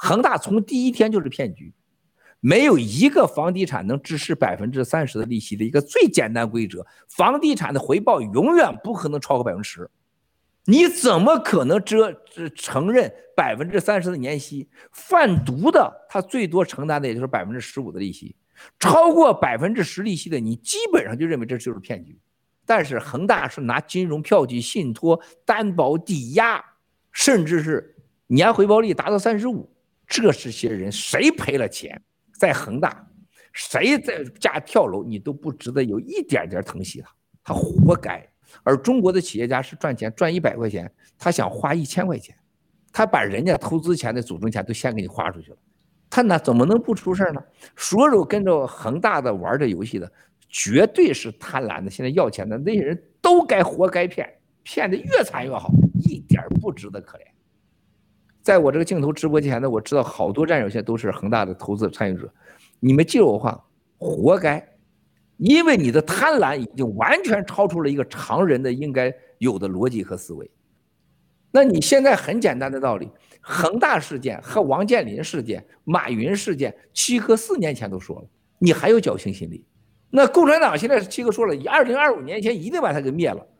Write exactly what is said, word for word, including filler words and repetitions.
恒大从第一天就是骗局，没有一个房地产能支持百分之三十的利息的一个最简单规则，房地产的回报永远不可能超过百分之十。你怎么可能这承认百分之三十的年息？贩毒的他最多承担的也就是百分之十五的利息，超过百分之十利息的，你基本上就认为这就是骗局。但是恒大是拿金融票据、信托、担保、抵押，甚至是年回报率达到三十五，这是些人谁赔了钱，在恒大，谁在家跳楼，你都不值得有一点点疼惜他，他活该。而中国的企业家是赚钱赚一百块钱，他想花一千块钱，他把人家投资钱的组成钱都先给你花出去了，他那怎么能不出事呢？所有跟着恒大的玩这游戏的，绝对是贪婪的，现在要钱的那些人都该活该骗，骗得越惨越好，一点不值得可怜。在我这个镜头直播前呢，我知道好多战友现在都是恒大的投资参与者，你们记住我话，活该。因为你的贪婪已经完全超出了一个常人的应该有的逻辑和思维。那你现在很简单的道理，恒大事件和王健林事件、马云事件，七哥四年前都说了，你还有侥幸心理。那共产党现在七哥说了，二零二五年前一定把它给灭了。